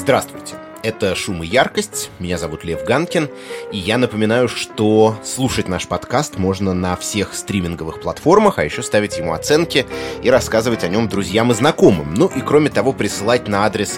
Здравствуйте, это «Шум и яркость», меня зовут Лев Ганкин, и я напоминаю, что слушать наш подкаст можно на всех стриминговых платформах, а еще ставить ему оценки и рассказывать о нем друзьям и знакомым. Ну и кроме того, присылать на адрес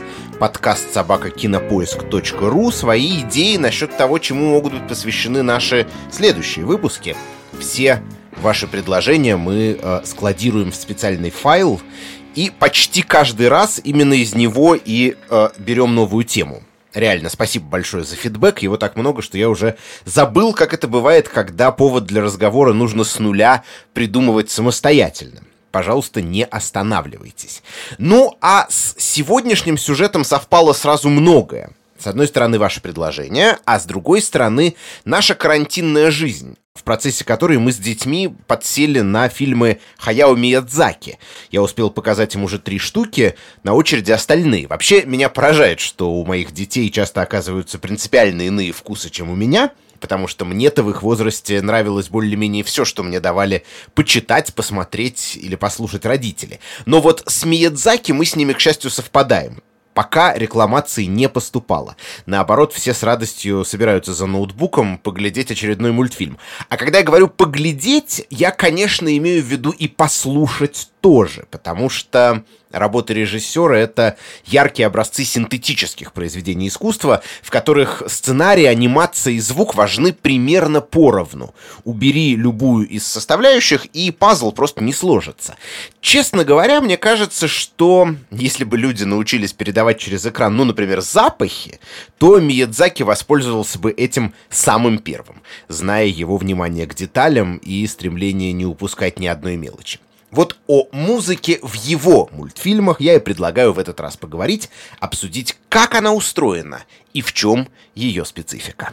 podcast@kinopoisk.ru свои идеи насчет того, чему могут быть посвящены наши следующие выпуски. Все ваши предложения мы складируем в специальный файл, и почти каждый раз именно из него и берем новую тему. Реально, спасибо большое за фидбэк. Его так много, что я уже забыл, как это бывает, когда повод для разговора нужно с нуля придумывать самостоятельно. Пожалуйста, не останавливайтесь. Ну, а с сегодняшним сюжетом совпало сразу многое. С одной стороны, ваше предложение, а с другой стороны, наша карантинная жизнь, в процессе которой мы с детьми подсели на фильмы Хаяо Миядзаки. Я успел показать им уже 3 штуки, на очереди остальные. Вообще, меня поражает, что у моих детей часто оказываются принципиально иные вкусы, чем у меня, потому что мне-то в их возрасте нравилось более-менее все, что мне давали почитать, посмотреть или послушать родители. Но вот с Миядзаки мы с ними, к счастью, совпадаем. Пока рекламации не поступало. Наоборот, все с радостью собираются за ноутбуком поглядеть очередной мультфильм. А когда я говорю «поглядеть», я, конечно, имею в виду и послушать тоже, потому что работа режиссера — это яркие образцы синтетических произведений искусства, в которых сценарий, анимация и звук важны примерно поровну. Убери любую из составляющих, и пазл просто не сложится. Честно говоря, мне кажется, что если бы люди научились передавать через экран, например, запахи, то Миядзаки воспользовался бы этим самым первым, зная его внимание к деталям и стремление не упускать ни одной мелочи. Вот о музыке в его мультфильмах я и предлагаю в этот раз поговорить, обсудить, как она устроена и в чем ее специфика.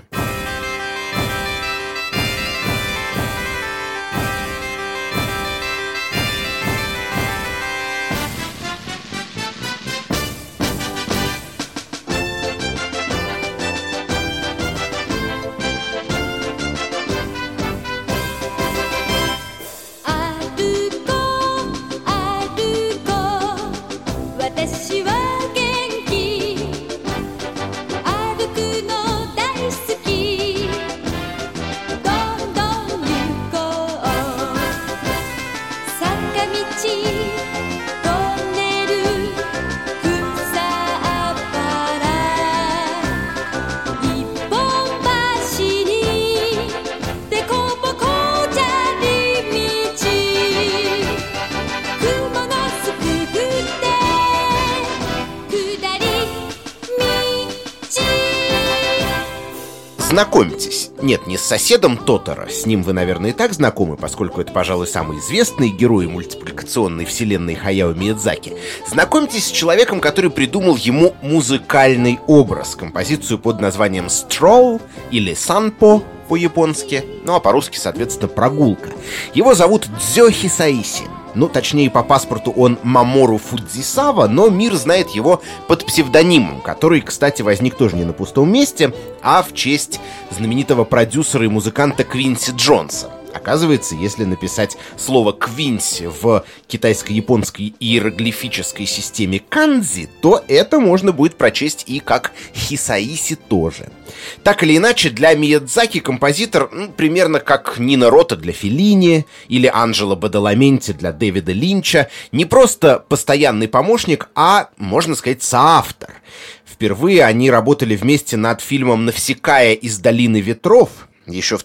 Знакомьтесь. Нет, не с соседом Тоторо, с ним вы, наверное, и так знакомы, поскольку это, пожалуй, самый известный герой мультипликационной вселенной Хаяо Миядзаки. Знакомьтесь с человеком, который придумал ему музыкальный образ, композицию под названием «Stroll» или «Санпо» по-японски, ну а по-русски, соответственно, «Прогулка». Его зовут Дзё Хисаиси. Точнее, по паспорту он Мамору Фудзисава, но мир знает его под псевдонимом, который, кстати, возник тоже не на пустом месте, а в честь знаменитого продюсера и музыканта Квинси Джонса. Оказывается, если написать слово «квинси» в китайско-японской иероглифической системе канзи, то это можно будет прочесть и как «Хисаиси» тоже. Так или иначе, для Миядзаки композитор примерно как Нино Рота для Феллини или Анджело Бадаламенти для Дэвида Линча. Не просто постоянный помощник, а, можно сказать, соавтор. Впервые они работали вместе над фильмом «Навсекая из долины ветров» еще в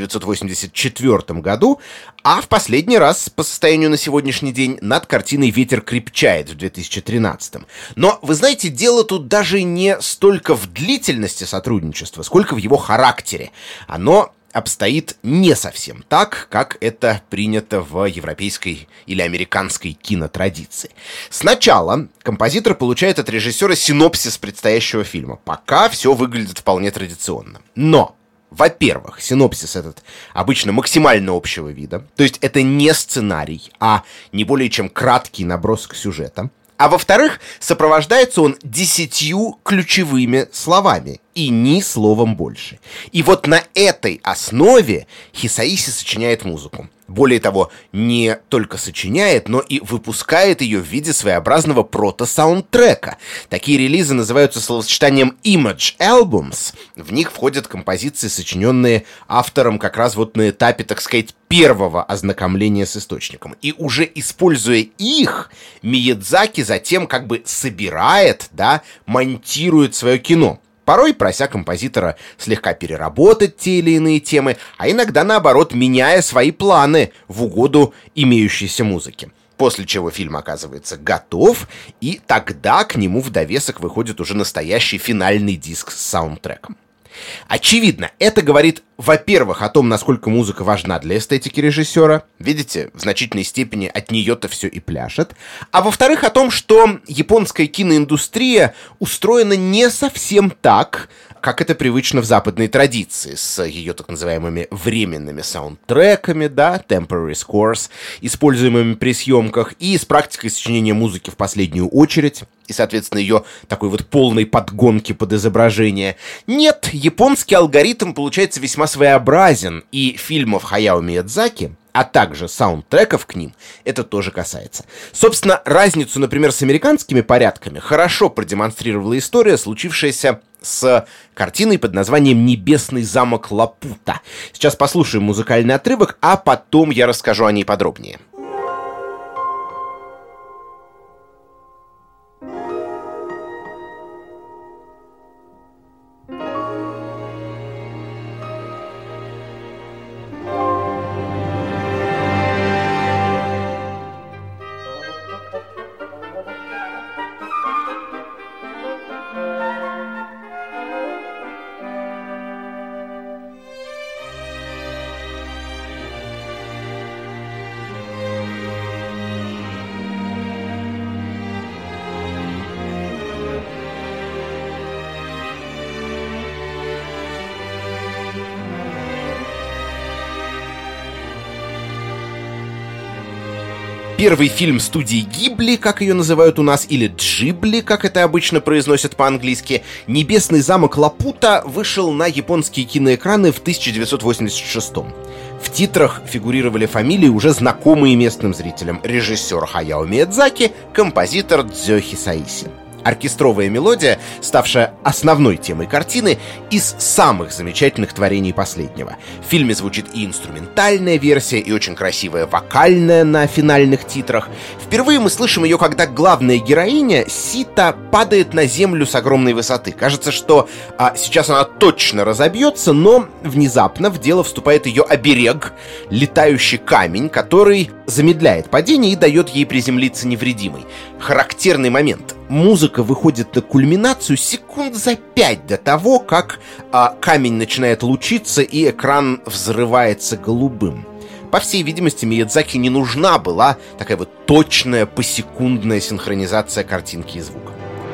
1984 году, а в последний раз, по состоянию на сегодняшний день, над картиной «Ветер крепчает» в 2013. Но, вы знаете, дело тут даже не столько в длительности сотрудничества, сколько в его характере. Оно обстоит не совсем так, как это принято в европейской или американской кинотрадиции. Сначала композитор получает от режиссера синопсис предстоящего фильма. Пока все выглядит вполне традиционно. Но во-первых, синопсис этот обычно максимально общего вида, то есть это не сценарий, а не более чем краткий набросок сюжета. А во-вторых, сопровождается он 10 ключевыми словами и ни словом больше. И вот на этой основе Хисаиси сочиняет музыку. Более того, не только сочиняет, но и выпускает ее в виде своеобразного прото-саундтрека. Такие релизы называются словосочетанием Image Albums. В них входят композиции, сочиненные автором как раз вот на этапе, так сказать, первого ознакомления с источником. И уже используя их, Миядзаки затем как бы собирает, да, монтирует свое кино. Порой прося композитора слегка переработать те или иные темы, а иногда, наоборот, меняя свои планы в угоду имеющейся музыке. После чего фильм оказывается готов, и тогда к нему в довесок выходит уже настоящий финальный диск с саундтреком. Очевидно, это говорит, во-первых, о том, насколько музыка важна для эстетики режиссера. Видите, в значительной степени от нее-то все и пляшет. А во-вторых, о том, что японская киноиндустрия устроена не совсем так, как это привычно в западной традиции, с ее так называемыми временными саундтреками, да, temporary scores, используемыми при съемках, и с практикой сочинения музыки в последнюю очередь, и, соответственно, ее такой вот полной подгонки под изображение. Нет, японский алгоритм получается весьма своеобразен, и фильмов Хаяо Миядзаки, а также саундтреков к ним, это тоже касается. Собственно, разницу, например, с американскими порядками хорошо продемонстрировала история, случившаяся с картиной под названием «Небесный замок Лапута». Сейчас послушаем музыкальный отрывок, а потом я расскажу о ней подробнее. Первый фильм студии Гибли, как ее называют у нас, или Джибли, как это обычно произносят по-английски, «Небесный замок Лапута» вышел на японские киноэкраны в 1986-м. В титрах фигурировали фамилии, уже знакомые местным зрителям: режиссер Хаяо Миядзаки, композитор Дзё Хисаиси. Оркестровая мелодия, ставшая основной темой картины, из самых замечательных творений последнего. В фильме звучит и инструментальная версия, и очень красивая вокальная на финальных титрах. Впервые мы слышим ее, когда главная героиня, Сита, падает на землю с огромной высоты. Кажется, что сейчас она точно разобьется, но внезапно в дело вступает ее оберег, летающий камень, который замедляет падение и дает ей приземлиться невредимой. Характерный момент. Музыка выходит на кульминацию секунд за 5 до того, как камень начинает лучиться и экран взрывается голубым. По всей видимости, Миядзаки не нужна была такая вот точная посекундная синхронизация картинки и звука.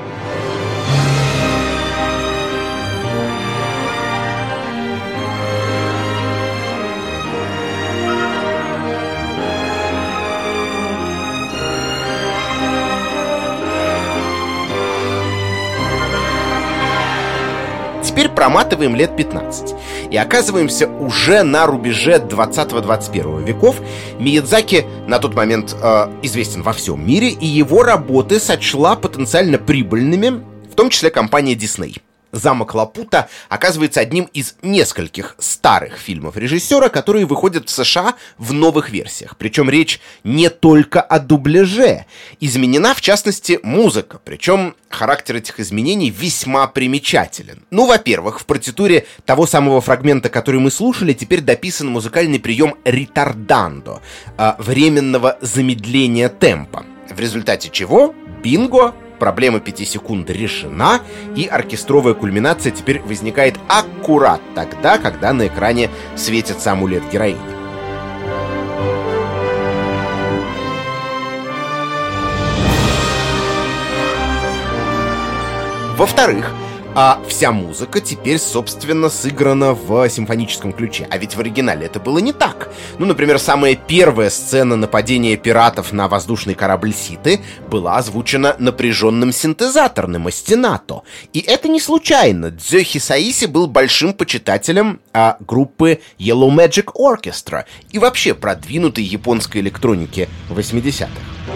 Теперь проматываем лет 15 и оказываемся уже на рубеже 20-21 веков. Миядзаки на тот момент известен во всем мире, и его работы сочла потенциально прибыльными, в том числе компания Disney. «Замок Лапута» оказывается одним из нескольких старых фильмов режиссера, которые выходят в США в новых версиях. Причем речь не только о дубляже. Изменена, в частности, музыка. Причем характер этих изменений весьма примечателен. Ну, во-первых, в партитуре того самого фрагмента, который мы слушали, теперь дописан музыкальный прием ретардандо, временного замедления темпа. В результате чего, бинго, проблема 5 секунд решена, и оркестровая кульминация теперь возникает аккурат тогда, когда на экране светится амулет героини. Во-вторых, А вся музыка теперь, собственно, сыграна в симфоническом ключе. А ведь в оригинале это было не так. Ну, например, самая первая сцена нападения пиратов на воздушный корабль Ситы была озвучена напряженным синтезаторным остинато. И это не случайно. Дзё Хисаиси был большим почитателем группы Yellow Magic Orchestra и вообще продвинутой японской электроники 80-х.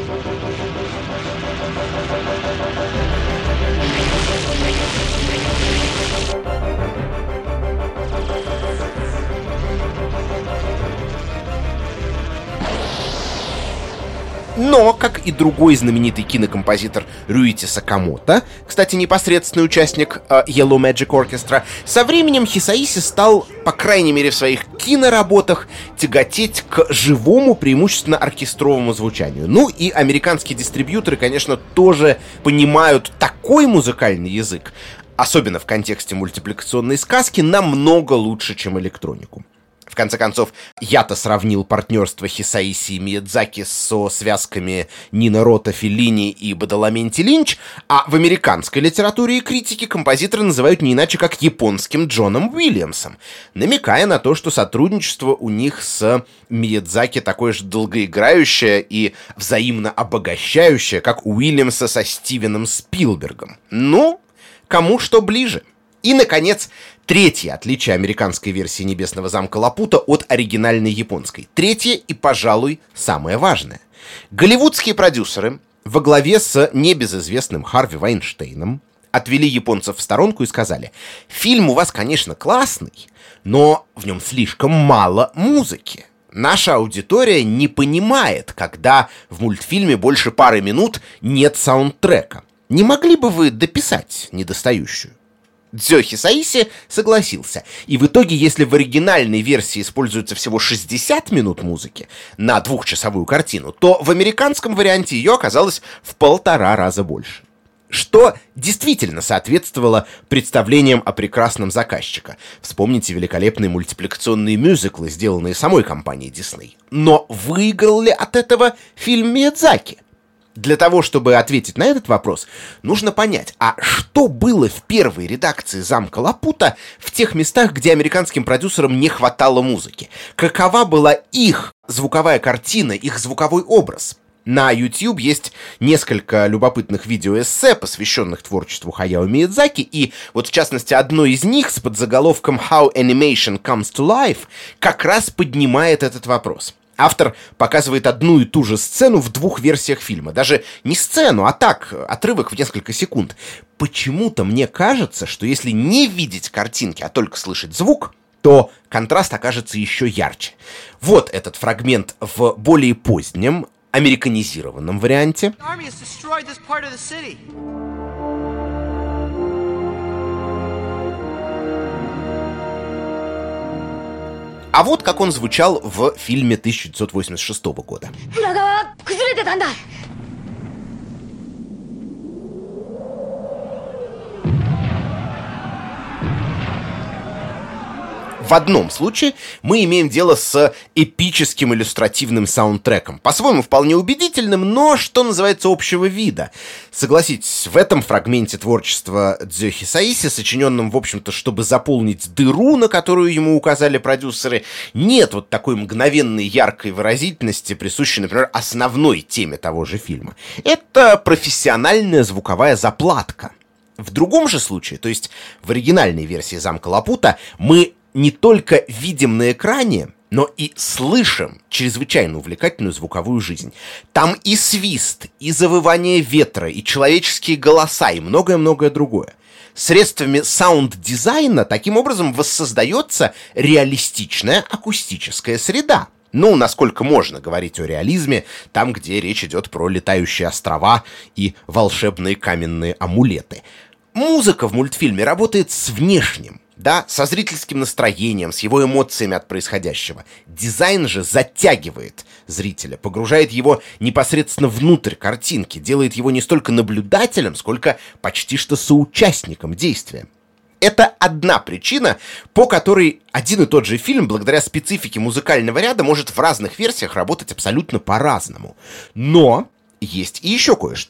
Но, как и другой знаменитый кинокомпозитор Рюити Сакамото, кстати, непосредственный участник Yellow Magic Orchestra, со временем Хисаиси стал, по крайней мере в своих киноработах, тяготеть к живому, преимущественно оркестровому звучанию. Ну и американские дистрибьюторы, конечно, тоже понимают такой музыкальный язык, особенно в контексте мультипликационной сказки, намного лучше, чем электронику. В конце концов, я-то сравнил партнерство Хисаиси и Миядзаки со связками Нино Рота, Феллини и Бадаламенти Линч, а в американской литературе и критике композитора называют не иначе как японским Джоном Уильямсом, намекая на то, что сотрудничество у них с Миядзаки такое же долгоиграющее и взаимно обогащающее, как у Уильямса со Стивеном Спилбергом. Ну, кому что ближе. И, наконец, третье отличие американской версии «Небесного замка Лапута» от оригинальной японской. Третье и, пожалуй, самое важное. Голливудские продюсеры во главе с небезызвестным Харви Вайнштейном отвели японцев в сторонку и сказали: «Фильм у вас, конечно, классный, но в нем слишком мало музыки. Наша аудитория не понимает, когда в мультфильме больше пары минут нет саундтрека. Не могли бы вы дописать недостающую?» Дзё Хисаиси согласился. И в итоге, если в оригинальной версии используется всего 60 минут музыки на двухчасовую картину, то в американском варианте ее оказалось в 1,5 раза больше. Что действительно соответствовало представлениям о прекрасном заказчика. Вспомните великолепные мультипликационные мюзиклы, сделанные самой компанией Disney. Но выиграл ли от этого фильм Миядзаки? Для того, чтобы ответить на этот вопрос, нужно понять, а что было в первой редакции «Замка Лапута» в тех местах, где американским продюсерам не хватало музыки? Какова была их звуковая картина, их звуковой образ? На YouTube есть несколько любопытных видеоэссе, посвященных творчеству Хаяо Миядзаки, и вот в частности одно из них с подзаголовком «How Animation Comes to Life» как раз поднимает этот вопрос. Автор показывает одну и ту же сцену в 2 версиях фильма. Даже не сцену, а так, отрывок в несколько секунд. Почему-то мне кажется, что если не видеть картинки, а только слышать звук, то контраст окажется еще ярче. Вот этот фрагмент в более позднем, американизированном варианте. А вот как он звучал в фильме 1986 года. В одном случае мы имеем дело с эпическим иллюстративным саундтреком, по-своему вполне убедительным, но, что называется, общего вида. Согласитесь, в этом фрагменте творчества Дзё Хисаиси, сочиненном, в общем-то, чтобы заполнить дыру, на которую ему указали продюсеры, нет вот такой мгновенной яркой выразительности, присущей, например, основной теме того же фильма. Это профессиональная звуковая заплатка. В другом же случае, то есть в оригинальной версии «Замка Лапута», мы не только видим на экране, но и слышим чрезвычайно увлекательную звуковую жизнь. Там и свист, и завывание ветра, и человеческие голоса, и многое-многое другое. Средствами саунд-дизайна таким образом воссоздается реалистичная акустическая среда. Ну, насколько можно говорить о реализме, там, где речь идет про летающие острова и волшебные каменные амулеты. Музыка в мультфильме работает с внешним, да, со зрительским настроением, с его эмоциями от происходящего. Дизайн же затягивает зрителя, погружает его непосредственно внутрь картинки, делает его не столько наблюдателем, сколько почти что соучастником действия. Это одна причина, по которой один и тот же фильм, благодаря специфике музыкального ряда, может в разных версиях работать абсолютно по-разному. Но есть и еще кое-что.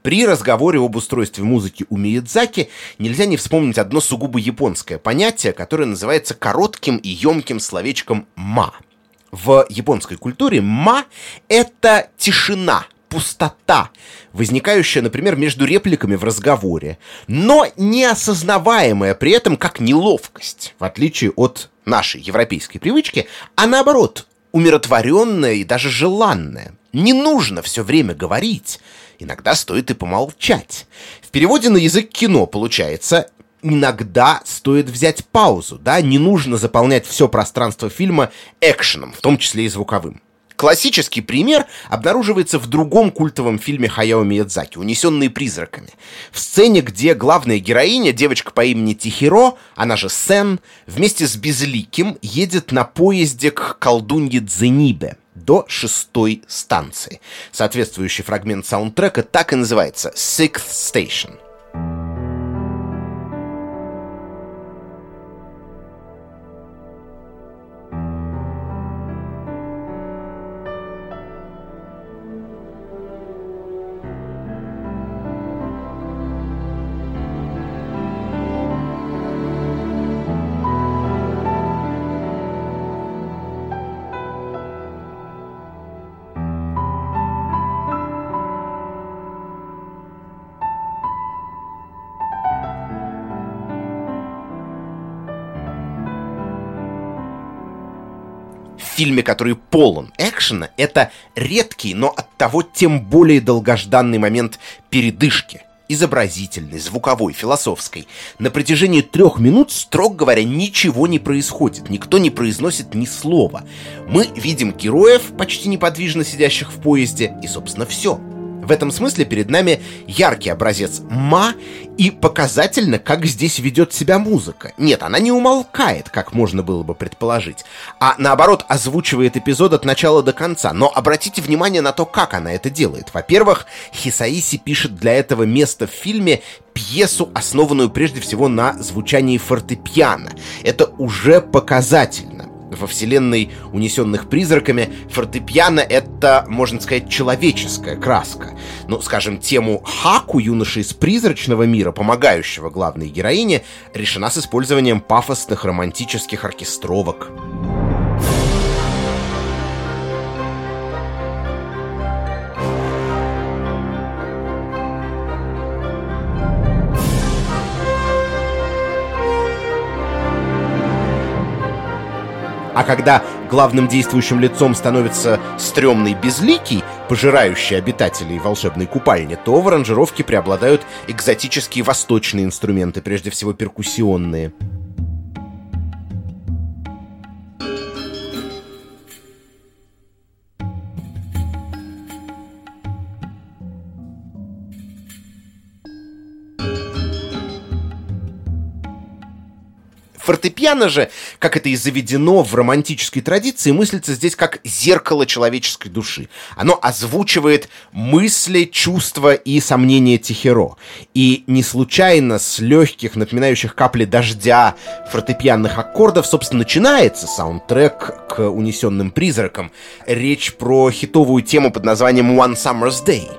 При разговоре об устройстве музыки у Миядзаки нельзя не вспомнить одно сугубо японское понятие, которое называется коротким и емким словечком «ма». В японской культуре «ма» — это тишина, пустота, возникающая, например, между репликами в разговоре, но не осознаваемая при этом как неловкость, в отличие от нашей европейской привычки, а наоборот, умиротворенная и даже желанная. Не нужно все время говорить, иногда стоит и помолчать. В переводе на язык кино получается: иногда стоит взять паузу, да, не нужно заполнять все пространство фильма экшеном, в том числе и звуковым. Классический пример обнаруживается в другом культовом фильме Хаяо Миядзаки «Унесенные призраками». В сцене, где главная героиня, девочка по имени Тихиро, она же Сен, вместе с Безликим едет на поезде к колдунье Дзенибе до 6-й станции. Соответствующий фрагмент саундтрека так и называется «Sixth Station». В фильме, который полон экшена, это редкий, но оттого тем более долгожданный момент передышки. Изобразительной, звуковой, философской. На протяжении 3 минут, строго говоря, ничего не происходит. Никто не произносит ни слова. Мы видим героев, почти неподвижно сидящих в поезде, и, собственно, все. В этом смысле перед нами яркий образец «ма» и показательно, как здесь ведет себя музыка. Нет, она не умолкает, как можно было бы предположить, а наоборот озвучивает эпизод от начала до конца. Но обратите внимание на то, как она это делает. Во-первых, Хисаиси пишет для этого места в фильме пьесу, основанную прежде всего на звучании фортепиано. Это уже показательно. Во вселенной «Унесенных призраками» фортепиано — это, можно сказать, человеческая краска. Ну, скажем, тему Хаку, юноши из призрачного мира, помогающего главной героине, решена с использованием пафосных романтических оркестровок. А когда главным действующим лицом становится стрёмный Безликий, пожирающий обитателей волшебной купальни, то в аранжировке преобладают экзотические восточные инструменты, прежде всего перкуссионные. Фортепиано же, как это и заведено в романтической традиции, мыслится здесь как зеркало человеческой души. Оно озвучивает мысли, чувства и сомнения Тихиро. И не случайно с легких, напоминающих капли дождя фортепианных аккордов, собственно, начинается саундтрек к «Унесенным призракам». Речь про хитовую тему под названием «One Summer's Day».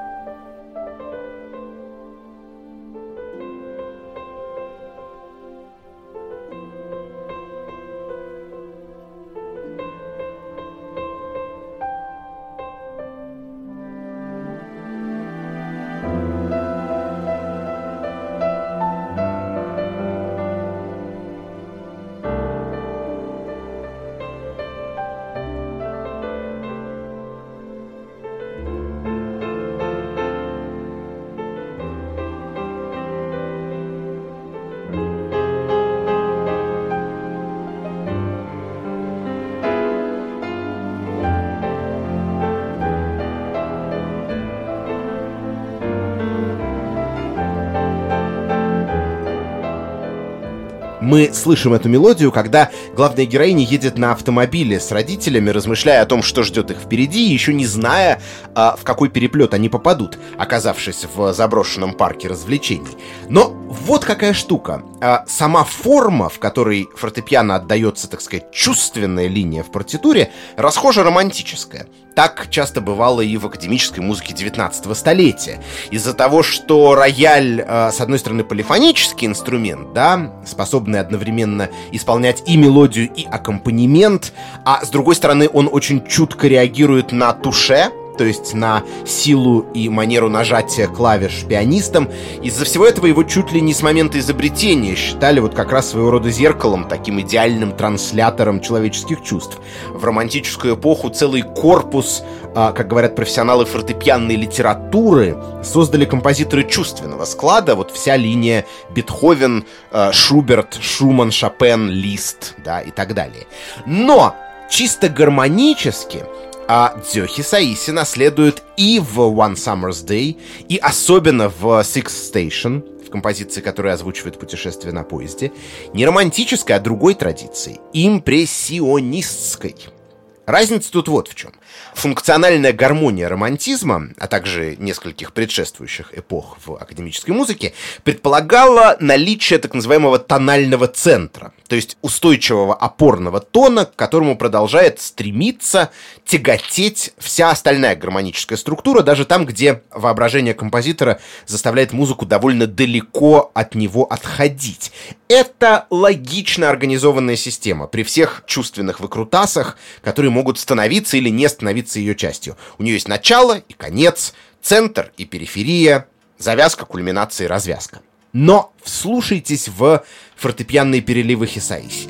Мы слышим эту мелодию, когда главная героиня едет на автомобиле с родителями, размышляя о том, что ждет их впереди, и еще не зная, в какой переплет они попадут, оказавшись в заброшенном парке развлечений. Но вот какая штука. Сама форма, в которой фортепиано отдается, так сказать, чувственная линия в партитуре, расхоже романтическая. Так часто бывало и в академической музыке 19-го столетия. Из-за того, что рояль, с одной стороны, полифонический инструмент, да, способный одновременно исполнять и мелодию, и аккомпанемент, а с другой стороны, он очень чутко реагирует на туше, то есть на силу и манеру нажатия клавиш пианистом. Из-за всего этого его чуть ли не с момента изобретения считали вот как раз своего рода зеркалом, таким идеальным транслятором человеческих чувств. В романтическую эпоху целый корпус, как говорят профессионалы фортепианной литературы, создали композиторы чувственного склада. Вот вся линия Бетховен, Шуберт, Шуман, Шопен, Лист, да, и так далее. Но чисто гармонически Дзёхи Саиси наследует и в One Summer's Day, и особенно в Sixth Station, в композиции, которая озвучивает «Путешествие на поезде», не романтической, а другой традиции, импрессионистской. Разница тут вот в чем. Функциональная гармония романтизма, а также нескольких предшествующих эпох в академической музыке, предполагала наличие так называемого тонального центра, то есть устойчивого опорного тона, к которому продолжает стремиться, тяготеть вся остальная гармоническая структура, даже там, где воображение композитора заставляет музыку довольно далеко от него отходить. Это логично организованная система при всех чувственных выкрутасах, которые могут становиться или не становиться ее частью. У нее есть начало и конец, центр и периферия, завязка, кульминация и развязка. Но вслушайтесь в фортепианные переливы Хисаиси.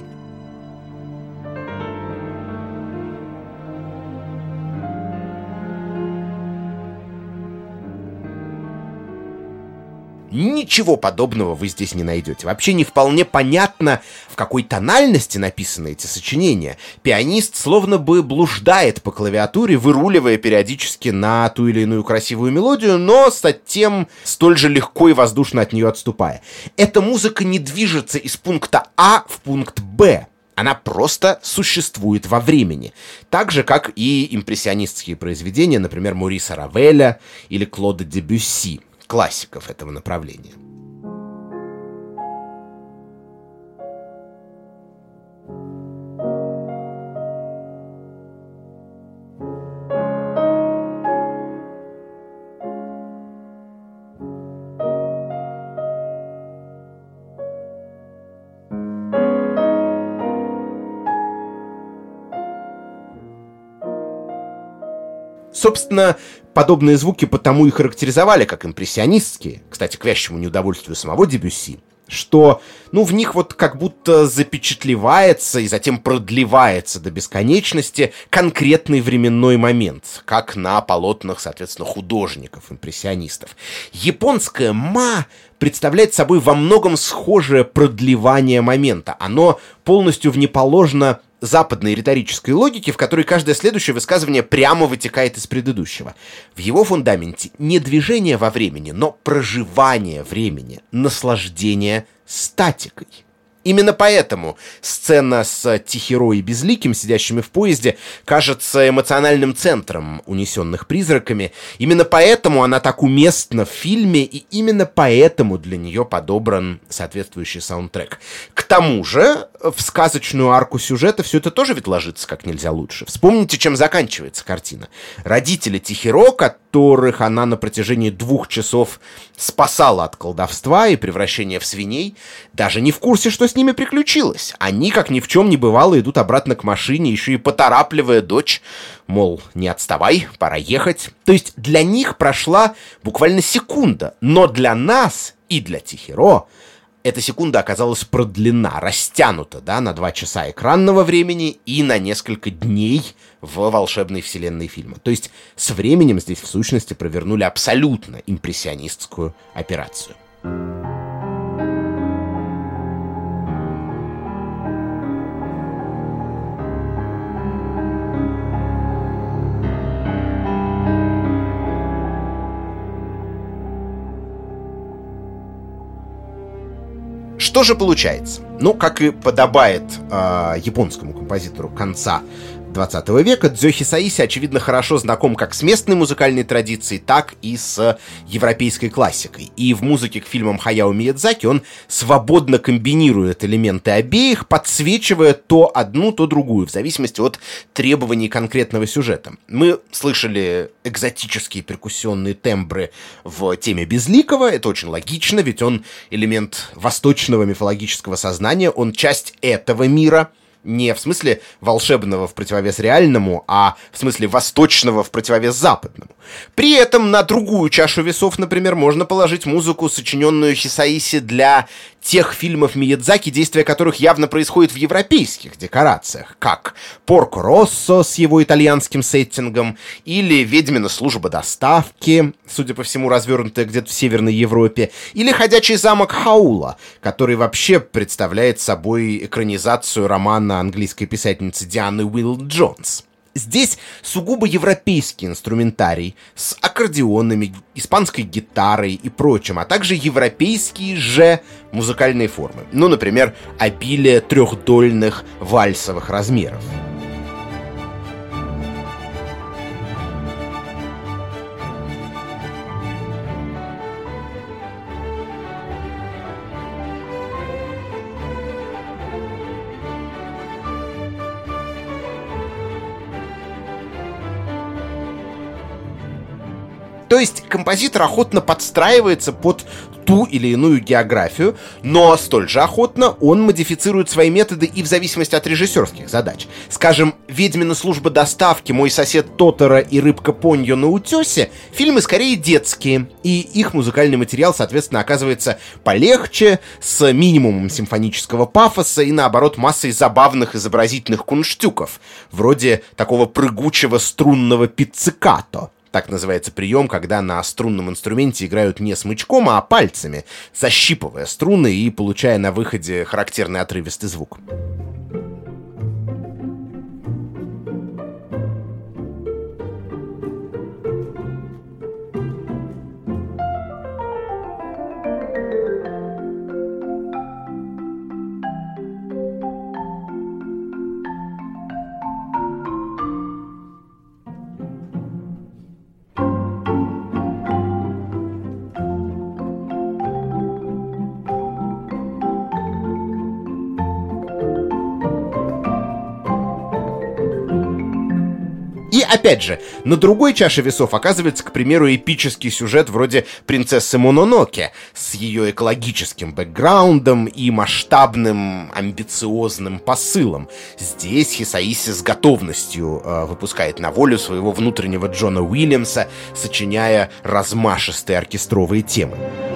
Ничего подобного вы здесь не найдете. Вообще не вполне понятно, в какой тональности написаны эти сочинения. Пианист словно бы блуждает по клавиатуре, выруливая периодически на ту или иную красивую мелодию, но затем столь же легко и воздушно от нее отступая. Эта музыка не движется из пункта А в пункт Б. Она просто существует во времени. Так же, как и импрессионистские произведения, например, Мориса Равеля или Клода Дебюсси, классиков этого направления. Собственно, подобные звуки потому и характеризовали как импрессионистские, кстати, к вящему неудовольствию самого Дебюсси, что, в них вот как будто запечатлевается и затем продлевается до бесконечности конкретный временной момент, как на полотнах, соответственно, художников-импрессионистов. Японское «ма» представляет собой во многом схожее продлевание момента. Оно полностью внеположно западной риторической логике, в которой каждое следующее высказывание прямо вытекает из предыдущего. В его фундаменте не движение во времени, но проживание времени, наслаждение статикой. Именно поэтому сцена с Тихиро и Безликим, сидящими в поезде, кажется эмоциональным центром унесенных призраками. Именно поэтому она так уместна в фильме, и именно поэтому для нее подобран соответствующий саундтрек. К тому же, в сказочную арку сюжета все это тоже ведь ложится как нельзя лучше. Вспомните, чем заканчивается картина. Родители Тихиро, которых она на протяжении 2 часов спасала от колдовства и превращения в свиней, даже не в курсе, что с ними приключилось. Они, как ни в чем не бывало, идут обратно к машине, еще и поторапливая дочь, мол, не отставай, пора ехать. То есть для них прошла буквально секунда, но для нас и для Тихиро эта секунда оказалась продлена, растянута, на 2 часа экранного времени и на несколько дней в волшебной вселенной фильма. То есть с временем здесь в сущности провернули абсолютно импрессионистскую операцию. Что же получается? Как и подобает японскому композитору конца 20 века, Дзё Хисаиси, очевидно, хорошо знаком как с местной музыкальной традицией, так и с европейской классикой. И в музыке к фильмам Хаяо Миядзаки он свободно комбинирует элементы обеих, подсвечивая то одну, то другую, в зависимости от требований конкретного сюжета. Мы слышали экзотические перкуссионные тембры в теме Безликого. Это очень логично, ведь он элемент восточного мифологического сознания, он часть этого мира. Не в смысле волшебного в противовес реальному, а в смысле восточного в противовес западному. При этом на другую чашу весов, например, можно положить музыку, сочиненную Хисаиси для тех фильмов Миядзаки, действия которых явно происходит в европейских декорациях, как «Порко Россо» с его итальянским сеттингом, или «Ведьмина служба доставки», судя по всему, развернутая где-то в Северной Европе, или «Ходячий замок Хаула», который вообще представляет собой экранизацию романа английской писательницы Дианы Уилл Джонс. Здесь сугубо европейский инструментарий с аккордеонами, испанской гитарой и прочим, а также европейские же музыкальные формы. Ну, например, обилие трехдольных вальсовых размеров. То есть композитор охотно подстраивается под ту или иную географию, но столь же охотно он модифицирует свои методы и в зависимости от режиссерских задач. Скажем, «Ведьмина служба доставки», «Мой сосед Тоторо» и «Рыбка Поньо на утесе» — фильмы скорее детские, и их музыкальный материал, соответственно, оказывается полегче, с минимумом симфонического пафоса и, наоборот, массой забавных изобразительных кунштюков, вроде такого прыгучего струнного пиццикато. Так называется прием, когда на струнном инструменте играют не смычком, а пальцами, защипывая струны и получая на выходе характерный отрывистый звук. И опять же, на другой чаше весов оказывается, к примеру, эпический сюжет вроде «Принцессы Мононоке» с ее экологическим бэкграундом и масштабным, амбициозным посылом. Здесь Хисаиси с готовностью выпускает на волю своего внутреннего Джона Уильямса, сочиняя размашистые оркестровые темы.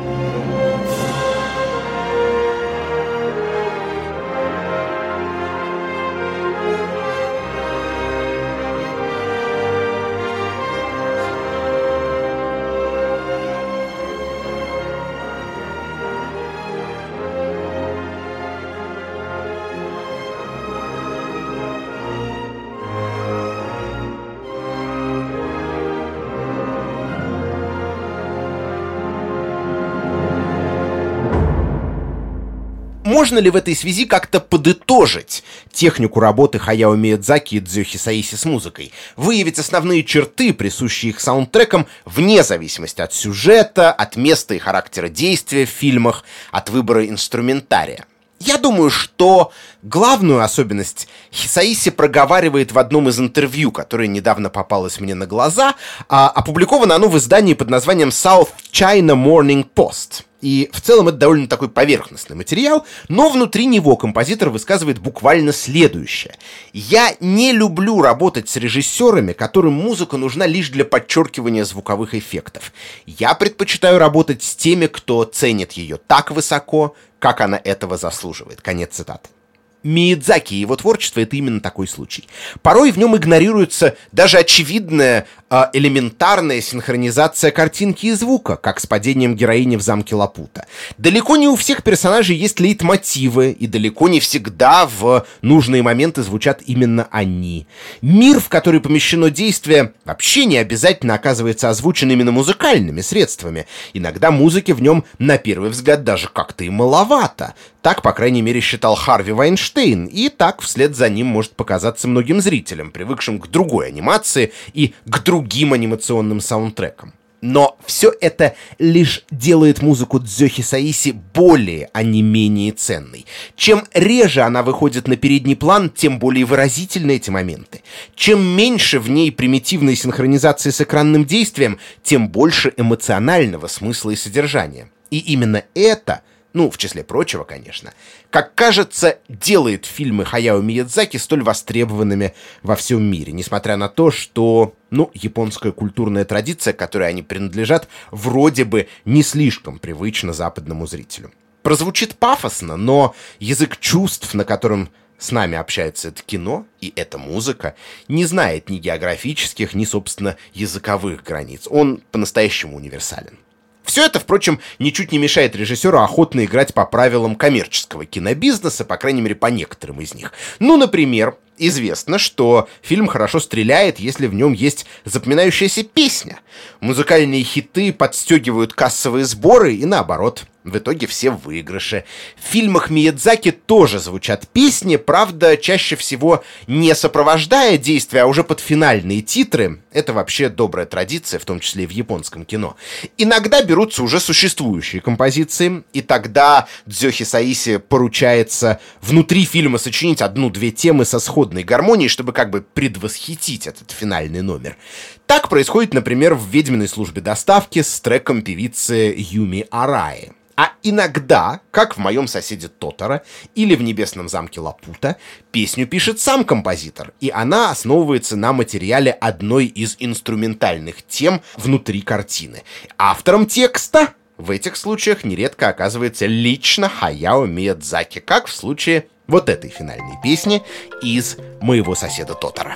Можно ли в этой связи как-то подытожить технику работы Хаяо Миядзаки и Дзё Хисаиси с музыкой? Выявить основные черты, присущие их саундтрекам, вне зависимости от сюжета, от места и характера действия в фильмах, от выбора инструментария? Я думаю, что главную особенность Хисаиси проговаривает в одном из интервью, которое недавно попалось мне на глаза. Опубликовано оно в издании под названием South China Morning Post. И в целом это довольно такой поверхностный материал, но внутри него композитор высказывает буквально следующее. «Я не люблю работать с режиссерами, которым музыка нужна лишь для подчеркивания звуковых эффектов. Я предпочитаю работать с теми, кто ценит ее так высоко, как она этого заслуживает». Конец цитаты. Миядзаки и его творчество — это именно такой случай. Порой в нем игнорируется даже очевидная, элементарная синхронизация картинки и звука, как с падением героини в замке Лапута. Далеко не у всех персонажей есть лейтмотивы, и далеко не всегда в нужные моменты звучат именно они. Мир, в который помещено действие, вообще не обязательно оказывается озвучен именно музыкальными средствами. Иногда музыки в нем, на первый взгляд, даже как-то и маловато. Так, по крайней мере, считал Харви Вайнштейн, и так вслед за ним может показаться многим зрителям, привыкшим к другой анимации и к другим анимационным саундтрекам. Но все это лишь делает музыку Дзё Хисаиси более, а не менее ценной. Чем реже она выходит на передний план, тем более выразительны эти моменты. Чем меньше в ней примитивной синхронизации с экранным действием, тем больше эмоционального смысла и содержания. И именно это, в числе прочего, конечно, как кажется, делает фильмы Хаяо Миядзаки столь востребованными во всем мире, несмотря на то, что, японская культурная традиция, к которой они принадлежат, вроде бы не слишком привычна западному зрителю. Прозвучит пафосно, но язык чувств, на котором с нами общается это кино и эта музыка, не знает ни географических, ни, собственно, языковых границ. Он по-настоящему универсален. Все это, впрочем, ничуть не мешает режиссеру охотно играть по правилам коммерческого кинобизнеса, по крайней мере, по некоторым из них. Например, известно, что фильм хорошо стреляет, если в нем есть запоминающаяся песня. Музыкальные хиты подстегивают кассовые сборы и наоборот. В итоге все в выигрыше. В фильмах Миядзаки тоже звучат песни, правда, чаще всего не сопровождая действия, а уже под финальные титры. Это вообще добрая традиция, в том числе и в японском кино. Иногда берутся уже существующие композиции, и тогда Дзё Хисаиси поручается внутри фильма сочинить 1-2 темы со сходной гармонией, чтобы как бы предвосхитить этот финальный номер. Так происходит, например, в «Ведьминой службе доставки» с треком певицы Юми Араи. А иногда, как в «Моем соседе Тоторо» или в «Небесном замке Лапута», песню пишет сам композитор, и она основывается на материале одной из инструментальных тем внутри картины. Автором текста в этих случаях нередко оказывается лично Хаяо Миядзаки, как в случае вот этой финальной песни из «Моего соседа Тоторо».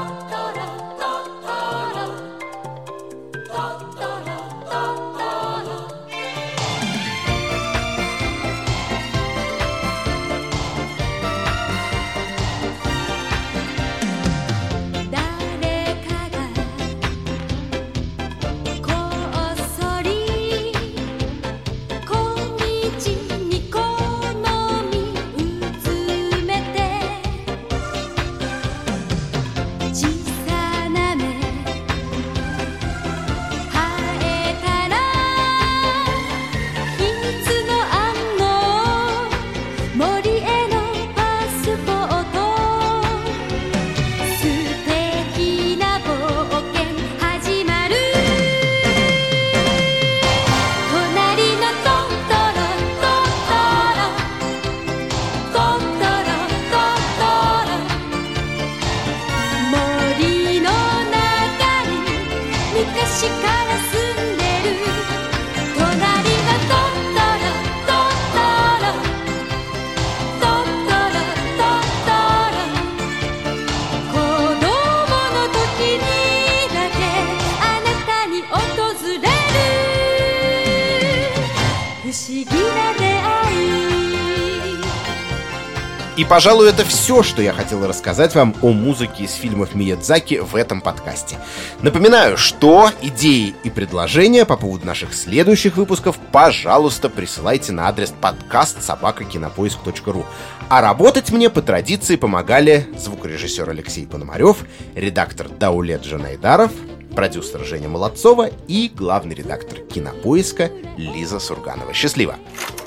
И, пожалуй, это все, что я хотел рассказать вам о музыке из фильмов Миядзаки в этом подкасте. Напоминаю, что идеи и предложения по поводу наших следующих выпусков, пожалуйста, присылайте на адрес podcast@kinopoisk.ru. А работать мне по традиции помогали звукорежиссер Алексей Пономарев, редактор Даулет Жанайдаров, продюсер Женя Молодцова и главный редактор Кинопоиска Лиза Сурганова. Счастливо!